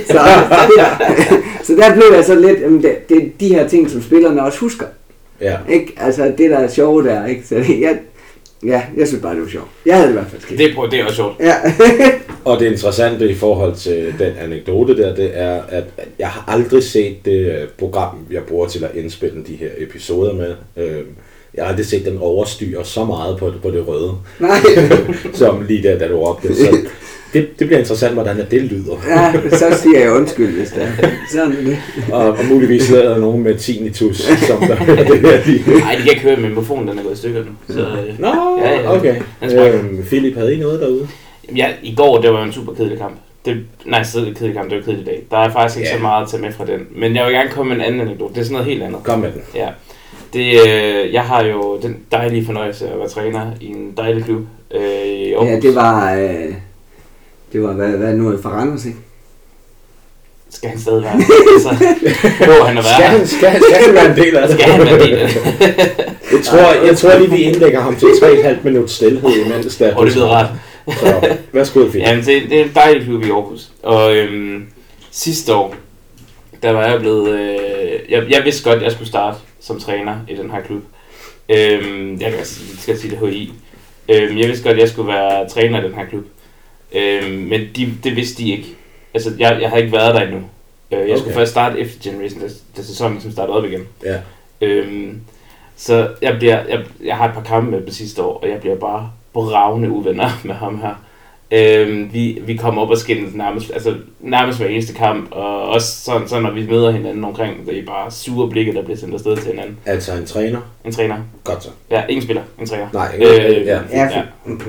Så der blev jeg så lidt, det er de her ting, som spillerne også husker. Ja. Ikke? Altså det, der er sjovt der, ikke? Så jeg synes bare, det var sjovt. Jeg havde det i hvert fald skidt. Det er også sjovt. Ja. Og det interessante i forhold til den anekdote der, det er, at jeg har aldrig set det program, jeg bruger til at indspille de her episoder med. Jeg har aldrig set den overstyre så meget på det røde, Nej. som lige der, da du råbte. Så det bliver interessant, hvordan det lyder. Ja, så siger jeg undskyld, hvis det er. Sådan det. Og muligvis er der nogen med tinnitus, som der hører det her lige. Nej, de kan ikke høre, men mikrofonen den er gået i stykker nu. Så, Nå, okay. Philip, havde I noget derude? Ja, i går, det var en super kedelig kamp. Det var en kedelig dag. Der er faktisk ikke så meget at tage med fra den. Men jeg vil gerne komme med en anden anekdote. Det er sådan noget helt andet. Kom med den. Ja. Jeg har jo den dejlige fornøjelse at være træner i en dejlig klub i Aarhus. Ja, det var hvad nu for Randers, ikke? Skal han stadig være? Altså, han være? Skal han være en del af det? Skal han være en del af det? Jeg tror lige, vi indlægger ham til 3,5 minutter stillhed imens der. Og det lyder ret. Så, værsgo, Philip. Jamen, det er en dejlig klub i Aarhus. Og sidste år, der var jeg blevet... Jeg vidste godt, at jeg skulle starte som træner i den her klub. Jeg skal sige det HI. Jeg vidste godt, at jeg skulle være træner i den her klub. Men det vidste de ikke. Altså, jeg har ikke været der endnu. Jeg skulle først starte efter Generation, da sæsonen som startede op igen. Ja. Så jeg har et par kampe med det sidste år, og jeg bliver bare bravende uvenner med ham her. Vi kommer op og skændes nærmest hver eneste kamp, og også sådan når vi møder hinanden omkring, det er bare sure blikke, der bliver sendt afsted til hinanden. Altså en træner? En træner. Godt så. Ja, ingen spiller, en træner. Nej, ja.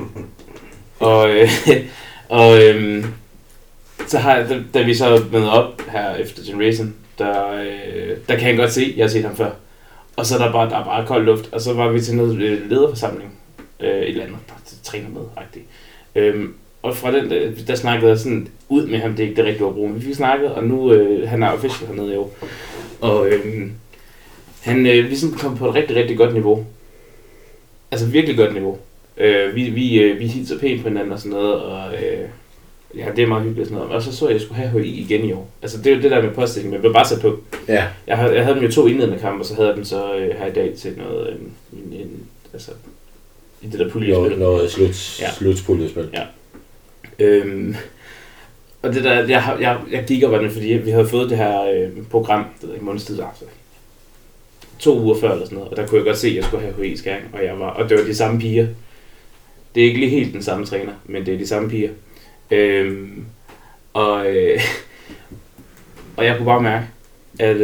Så da vi så møder op her efter Generation, der kan jeg godt se, jeg har set ham før. Og så er der er bare kold luft, og så var vi til noget lederforsamling, et eller andet, trænermøde-agtigt. Og fra den, der snakkede jeg sådan ud med ham, det er ikke det rigtige at bruge, men vi snakket, og nu, han er official hernede i år. Og han ligesom kom på et rigtig, rigtig godt niveau. Altså virkelig godt niveau. Vi hilser pænt på hinanden og sådan noget, og ja, det er meget hyggeligt og sådan noget. Og så jeg, at jeg skulle have HI igen i år. Altså det er jo det der med poststilling, men jeg blev bare sat på. Ja. Jeg havde dem jo 2 indledende kampe, og så havde jeg dem så her i dag til noget, altså i det der puljespil. Noget slutpuljespil. Ja. Og det der, jeg gik op af det, fordi vi havde fået det her program, det hedder månedstidsaften. 2 uger før eller sådan noget, og der kunne jeg godt se, at jeg skulle have HI-skæring, og det var de samme piger. Det er ikke lige helt den samme træner, men det er de samme piger. Og jeg kunne bare mærke, at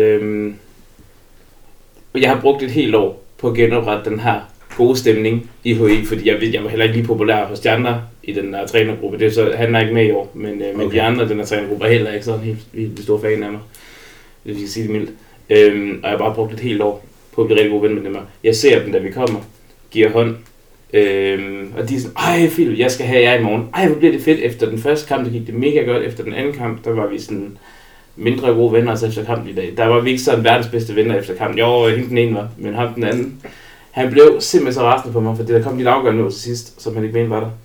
jeg har brugt et helt år på at genoprette den her gode stemning i HI, fordi jeg var heller ikke lige populær hos de andre i den der trænergruppe. Det er så, han er ikke med i år, men de andre i den der trænergruppe er heller ikke sådan helt vildt store fan af mig. Det vil jeg sige det mildt. Og jeg har bare brugt et helt år på at blive rigtig god ven med dem. Jeg ser dem, da vi kommer, giver hånd. Og de er sådan, ej Philip, jeg skal have jer i morgen. Ej, hvor bliver det fedt. Efter den første kamp, der gik det mega godt. Efter den anden kamp, der var vi sådan mindre gode venner, altså efter kampen i dag. Der var vi ikke sådan verdens bedste venner efter kampen. Jo, hende den ene var, men ham den anden. Han blev simpelthen så rasende på mig, fordi der kom lidt afgørende til sidst, som han ikke mente var der.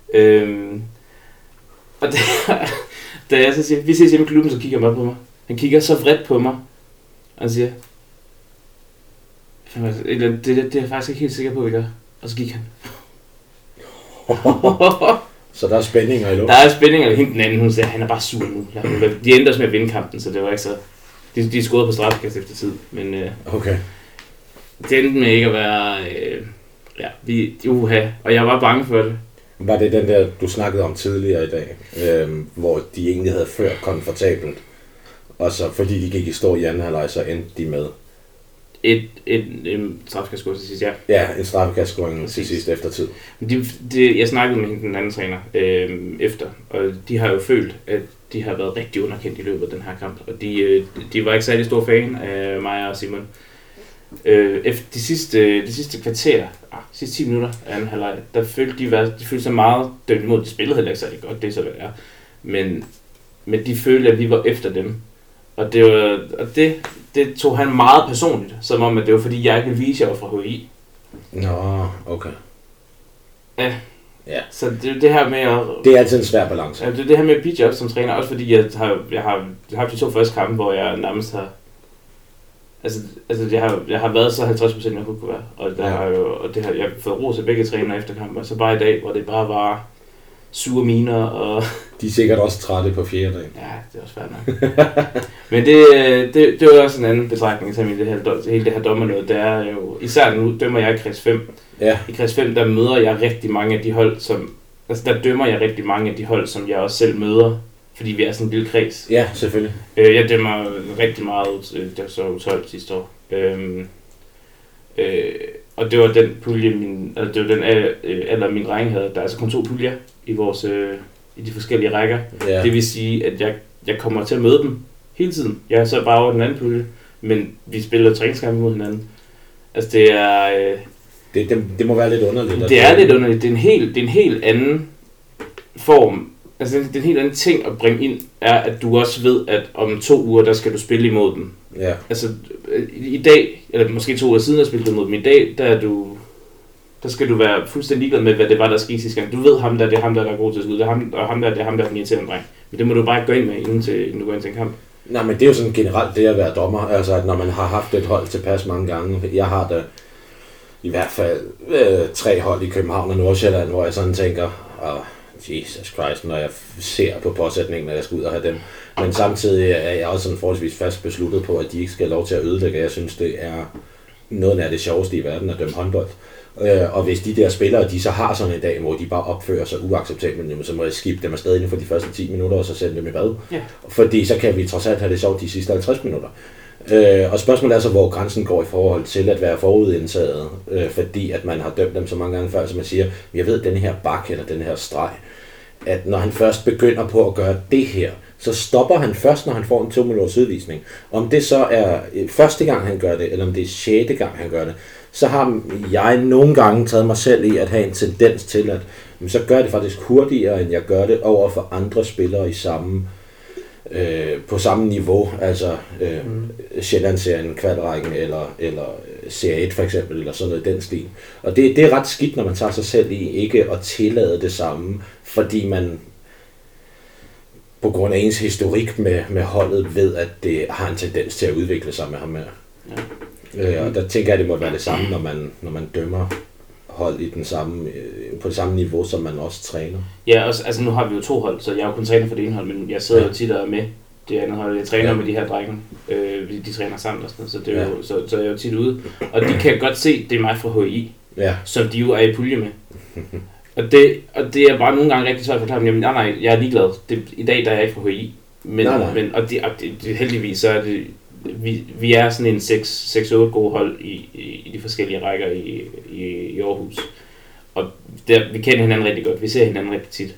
Og da jeg så siger, vi ses hjemme i klubben, så kigger han op på mig. Han kigger så vredt på mig, og han siger, det er jeg faktisk ikke helt sikker på, hvad vi gør. Og så gik han. Så der er spændinger i luften? Der er spændinger, og hende den anden, hun siger, han er bare sur nu. De endte også med at vinde kampen, så det var ikke så... De scorede på straffekast efter tid, men okay. Det endte med ikke at være... og jeg var bange for det. Var det den der, du snakkede om tidligere i dag, hvor de egentlig havde ført komfortabelt, og så fordi de gik i stor i anden halvleg, så endte de med... En straffekastscoring til sidst, ja. Ja, en straffekastscoring til sidst efter tid. Jeg snakkede med den anden træner efter, og de har jo følt, at de har været rigtig underkendt i løbet af den her kamp, og de var ikke særlig stor fan af mig og Simon. Efter de sidste kvarter, sidste 10 minutter af anden halvleg, der følte de følte sig meget dømt imod. De spillede heller ikke særlig godt, det er så hvad det er. Men de følte, at vi var efter dem. Og det tog han meget personligt, som om at det var fordi jeg ikke ville vise, at jeg var fra HI. Nå, okay. Ja. Så det her med at... Det er altid en svær balance. Ja, det her med at pitche op som træner, også fordi jeg har haft de 2 første kampe, hvor jeg nærmest har... Altså jeg har været så 50% jeg kunne være, og jeg har fået ros af begge trænere efter kampen, og så bare i dag, hvor det bare var sure miner og... De er sikkert også trætte på 4. dag. Ja, det er også fair nok. Men det var også en anden betragtning, som hele det her dommer noget, det er jo... Især nu dømmer jeg i kreds 5. Ja. I kreds 5, der møder jeg rigtig mange af de hold, som... Altså der dømmer jeg rigtig mange af de hold, som jeg også selv møder. Fordi vi er sådan en lille kreds. Ja, selvfølgelig. Jeg dømmer rigtig meget, det var så 12 sidste år. Og det var den pulje, det var den alder min drenge havde. Der er altså kun 2 puljer i vores i de forskellige rækker. Ja. Det vil sige, at jeg kommer til at møde dem hele tiden. Jeg er så bare over den anden pulje, men vi spiller træningskampe mod hinanden. Altså det er... Det må være lidt underligt. Det er lidt underligt. Det er en helt anden form. Altså det er en helt anden ting at bringe ind, er at du også ved, at om 2 uger, der skal du spille imod dem. Ja. Altså i dag, eller måske 2 uger siden, at spille imod dem i dag, der skal du være fuldstændig ligeglad med, hvad det var, der skete sidste gang. Du ved ham der, det er ham der er god til at skyde, det er ham der, er den irriterende dreng. Men det må du bare ikke gå ind med, inden du går ind til en kamp. Nej, men det er jo sådan generelt det at være dommer, altså at når man har haft et hold tilpas mange gange, jeg har da i hvert fald 3 hold i København og Nordsjælland, hvor jeg sådan tænker, Jesus Christ, når jeg ser på påsætningen, når jeg skal ud og have dem. Men samtidig er jeg også sådan forholdsvis fast besluttet på, at de ikke skal have lov til at ødelægge. Jeg synes, det er noget af det sjoveste i verden at dømme håndbold. Og hvis de der spillere, de så har sådan en dag, hvor de bare opfører sig uacceptabelt, så må jeg skippe dem afsted inden for de første 10 minutter, og så sende dem i bad. Ja. Fordi så kan vi trods alt have det sjovt de sidste 50 minutter. Og spørgsmålet er så, hvor grænsen går i forhold til at være forudindtaget, fordi at man har dømt dem så mange gange før, så man siger, jeg ved, den her bak eller den her streg, at når han først begynder på at gøre det her, så stopper han først, når han får en 2 minutters udvisning. Om det så er første gang, han gør det, eller om det er 6. gang, han gør det, så har jeg nogle gange taget mig selv i at have en tendens til, at så gør jeg det faktisk hurtigere, end jeg gør det over for andre spillere i på samme niveau, altså Sjællandsserien, kvalrækken eller Serie 1 for eksempel, eller sådan noget i den stil. Og det er ret skidt, når man tager sig selv i ikke at tillade det samme, fordi man på grund af ens historik med holdet ved, at det har en tendens til at udvikle sig med ham her. Ja. Og der tænker jeg, at det må være det samme, når man dømmer hold i på det samme niveau, som man også træner. Ja, altså nu har vi jo 2 hold, så jeg er jo kun træner for det ene hold, men jeg sidder jo tit og med det andet hold. Jeg træner med de her drenge, de træner sammen og sådan noget, så, det er jo, så jeg er jo tit ude. Og de kan godt se, det er mig fra HI, som de jo er i pulje med. Og det er bare nogle gange rigtig svært at forklare dem, jamen nej, jeg er ligeglad. I dag der er jeg ikke fra HI. Men heldigvis så er det, vi er sådan en 6-8 gode hold i de forskellige rækker i Aarhus. Og vi kender hinanden rigtig godt, vi ser hinanden rigtig tit.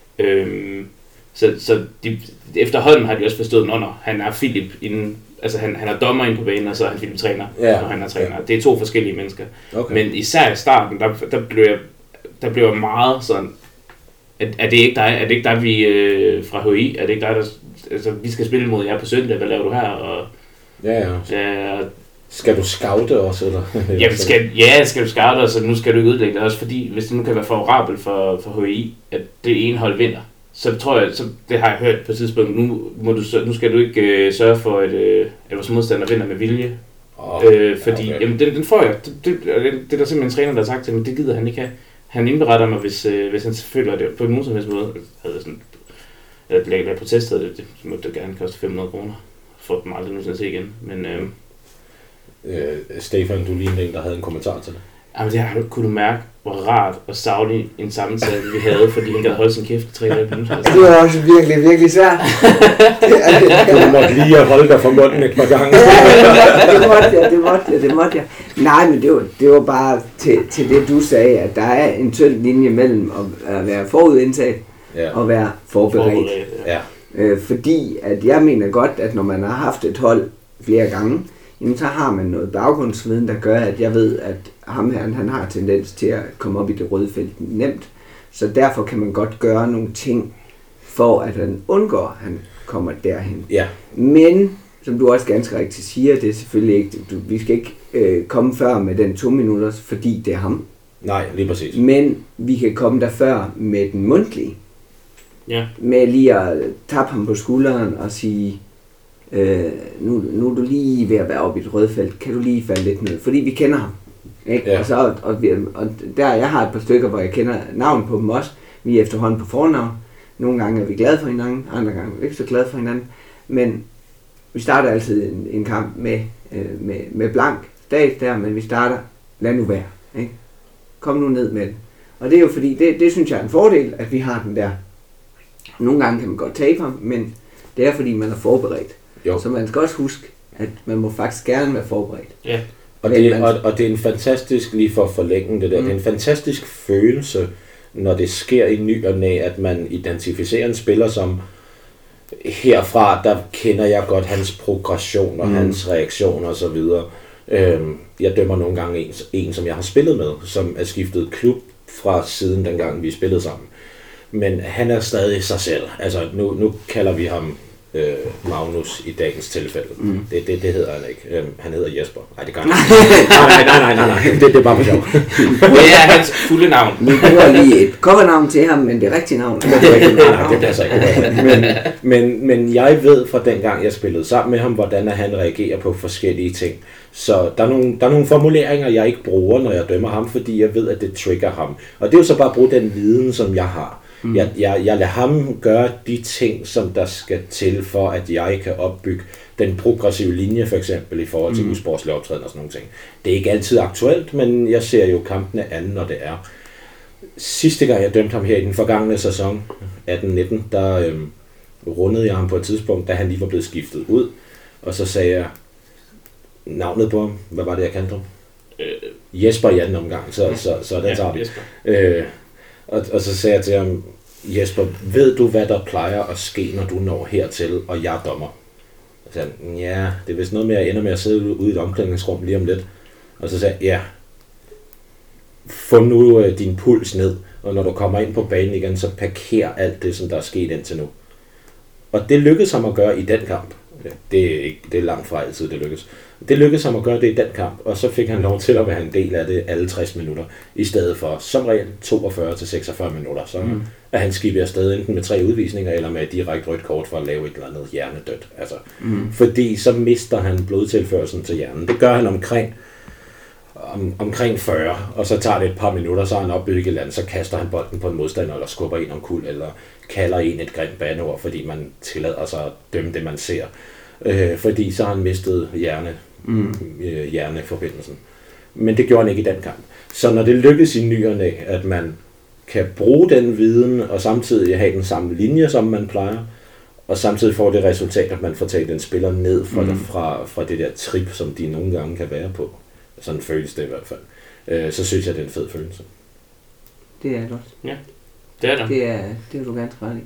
Så efterhånden har de også forstået, når han er Philip inden, altså han er dommer inde på banen, og så er han Philip træner, når han er træner. Det er 2 forskellige mennesker. Okay. Men især i starten, der blev jeg meget sådan, er det ikke dig? Er det ikke dig, vi fra HI? Er det ikke dig, der... Altså, vi skal spille mod jer på søndag, hvad laver du her? Og, skal du scoute også, eller? Skal du scoute os, og nu skal du ikke udlægge det også, fordi hvis det nu kan være favorabelt for HI, at det ene hold vinder, så tror jeg, det har jeg hørt på et tidspunkt, nu skal du ikke sørge for, at vores modstander vinder med vilje. Fordi, jamen den får jeg. Det er der simpelthen en træner, der har sagt til mig, det gider han ikke have. han indberetter mig, hvis han føler det på nogen som helst måde. Havde sådan, eller blev protestet, det måtte det gerne koste 500 kroner. For dem aldrig nogensinde at se igen. Men, Stefan, du lignede en, der havde en kommentar til det. Jamen det kunne du mærke, hvor rart og savlig en samtale vi havde, fordi han gad holde sin kæft i 3,5 minutter. Det var også virkelig, virkelig svært. Du måtte lige holde dig for munden et par gange. Det måtte jeg. Nej, men det var bare til det, du sagde, at der er en tynd linje mellem at være forudindtaget og være forberedt. Ja. Fordi at jeg mener godt, at når man har haft et hold flere gange, jamen så har man noget baggrundsviden, der gør, at jeg ved, at han har tendens til at komme op i det røde felt nemt. Så derfor kan man godt gøre nogle ting, for at han undgår, at han kommer derhen. Ja. Men, som du også ganske rigtigt siger, det er selvfølgelig ikke, vi skal ikke komme før med den 2 minutter, fordi det er ham. Nej, lige præcis. Men vi kan komme der før med den mundtlige. Ja. Med lige at tappe ham på skulderen og sige, nu er du lige ved at være oppe i et rødfelt, kan du lige falde lidt ned, fordi vi kender ham. Ikke? Ja. Og der, jeg har et par stykker, hvor jeg kender navn på dem også, vi er efterhånden på fornavn, nogle gange er vi glade for hinanden, andre gange er vi ikke så glade for hinanden, men vi starter altid en kamp med blank stat der, men vi starter, lad nu være, ikke? Kom nu ned med den. Og det er jo fordi, det synes jeg er en fordel, at vi har den der. Nogle gange kan man godt tabe ham, men det er fordi, man er forberedt. Jo. Så man skal også huske, at man må faktisk gerne være forberedt. Ja. Og det er en fantastisk, lige for at forlænge det der, det er en fantastisk følelse, når det sker i ny og næ, at man identificerer en spiller som, herfra, der kender jeg godt hans progression og hans reaktioner og så videre. Jeg dømmer nogle gange en, som jeg har spillet med, som er skiftet klub fra siden dengang vi spillede sammen. Men han er stadig sig selv. Altså nu kalder vi ham Magnus i dagens tilfælde. Det hedder han ikke. Han hedder Jesper. Nej, det gør han ikke. Nej. Det er bare for sjov. Det er hans fulde navn. Vi bruger lige et covernavn til ham, men det rigtige navn. Nej, det passer ikke. Men jeg ved fra dengang, jeg spillede sammen med ham, hvordan han reagerer på forskellige ting. Så der er nogle formuleringer, jeg ikke bruger, når jeg dømmer ham, fordi jeg ved, at det trigger ham. Og det er jo så bare at bruge den viden, som jeg har. Jeg lader ham gøre de ting, som der skal til, for at jeg kan opbygge den progressive linje, for eksempel i forhold til usportslig optræden og sådan nogle ting. Det er ikke altid aktuelt, men jeg ser jo kampene anden, når det er. Sidste gang jeg dømte ham her i den forgangne sæson, 18-19, der rundede jeg ham på et tidspunkt, da han lige var blevet skiftet ud. Og så sagde jeg navnet på ham. Hvad var det, jeg kaldte ham? Jesper i anden omgang, så den tager vi. Og så sagde jeg til ham, Jesper, ved du, hvad der plejer at ske, når du når hertil, og jeg er dommer? Og så sagde han, ja, det er vist noget med, at jeg ender med at sidde ude i et omklædningsrum lige om lidt. Og så sagde jeg, ja, få nu din puls ned, og når du kommer ind på banen igen, så parker alt det, som der er sket indtil nu. Og det lykkedes ham at gøre i den kamp. Det er langt fra altid, det lykkedes. Det lykkedes ham at gøre det i den kamp, og så fik han lov til at være en del af det alle 60 minutter, i stedet for som regel 42-46 minutter. Så er han skibet afsted enten med 3 udvisninger, eller med et direkte rødt kort for at lave et eller andet hjernedødt. Altså, fordi så mister han blodtilførselen til hjernen. Det gør han omkring 40, og så tager det et par minutter, så er han opbygget et eller andet, så kaster han bolden på en modstander, eller skubber en omkuld, eller kalder en et grimt bandeord, fordi man tillader sig at dømme det, man ser. Fordi så har han mistet hjerneforbindelsen. Men det gjorde han ikke i den kamp. Så når det lykkes i ny og næ, at man kan bruge den viden, og samtidig have den samme linje, som man plejer, og samtidig får det resultat, at man får taget den spiller ned fra det der trip, som de nogle gange kan være på. Sådan føles det i hvert fald. Så synes jeg, det er en fed følelse. Det er det også. Ja, det er det. Det er du ganske ret i.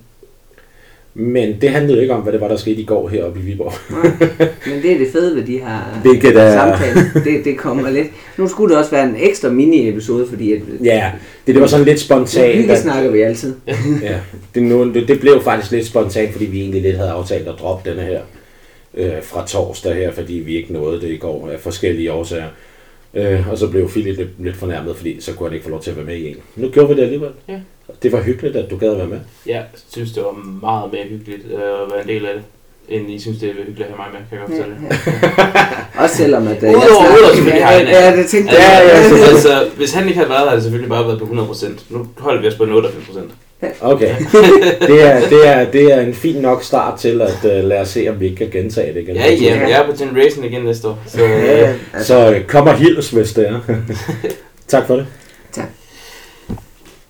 Men det handlede ikke om, hvad det var, der skete i går heroppe i Viborg. Nej, men det er det fede ved de her samtaler. Det kommer lidt. Nu skulle det også være en ekstra mini-episode, fordi... Ja, det var sådan lidt spontant. Det snakker vi altid. Ja, det blev faktisk lidt spontant, fordi vi egentlig lidt havde aftalt at droppe denne her fra torsdag her, fordi vi ikke nåede det i går af forskellige årsager. Og så blev Philip lidt fornærmet, fordi så kunne han ikke få lov til at være med i en. Nu gjorde vi det alligevel. Ja. Det var hyggeligt, at du gad at være med. Ja, jeg synes, det var meget mere hyggeligt at være en del af det. end I synes, det er hyggeligt at have mig med, kan jeg godt fortælle. Også selvom at... Udover selvfølgelig har han... Ja, det tænkte jeg. Altså, hvis han ikke havde været der, havde det selvfølgelig bare været på 100%. Nu holder vi os på 88%. Okay. Det er en fin nok start til at lade os se, om vi ikke kan gentage det igen. Ja, jeg er på Gen Racing igen næste år. Så kommer hils, hvis det er. Tak for det.